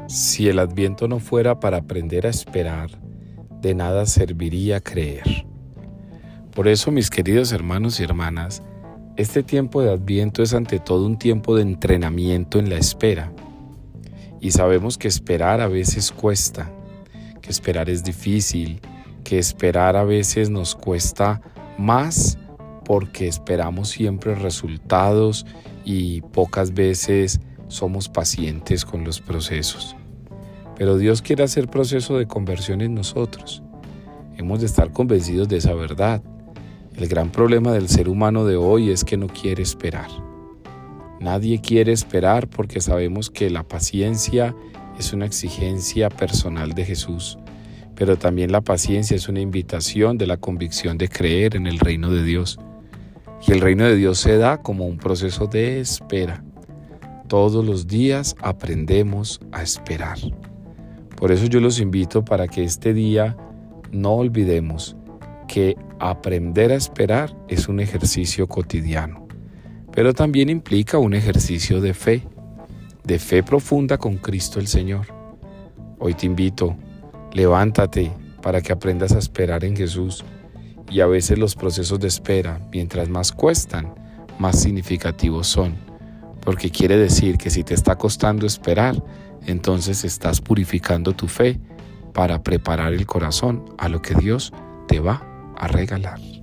Si el Adviento no fuera para aprender a esperar, de nada serviría creer. Por eso, mis queridos hermanos y hermanas, este tiempo de Adviento es ante todo un tiempo de entrenamiento en la espera. Y sabemos que esperar a veces cuesta, que esperar es difícil, que esperar a veces nos cuesta más porque esperamos siempre resultados y pocas veces somos pacientes con los procesos. Pero Dios quiere hacer proceso de conversión en nosotros. Hemos de estar convencidos de esa verdad. El gran problema del ser humano de hoy es que no quiere esperar. Nadie quiere esperar porque sabemos que la paciencia es una exigencia personal de Jesús, pero también la paciencia es una invitación de la convicción de creer en el reino de Dios. Y el reino de Dios se da como un proceso de espera. Todos los días aprendemos a esperar. Por eso yo los invito para que este día no olvidemos que aprender a esperar es un ejercicio cotidiano, pero también implica un ejercicio de fe profunda con Cristo el Señor. Hoy te invito, levántate para que aprendas a esperar en Jesús. Y a veces los procesos de espera, mientras más cuestan, más significativos son, porque quiere decir que si te está costando esperar, entonces estás purificando tu fe para preparar el corazón a lo que Dios te va a regalar.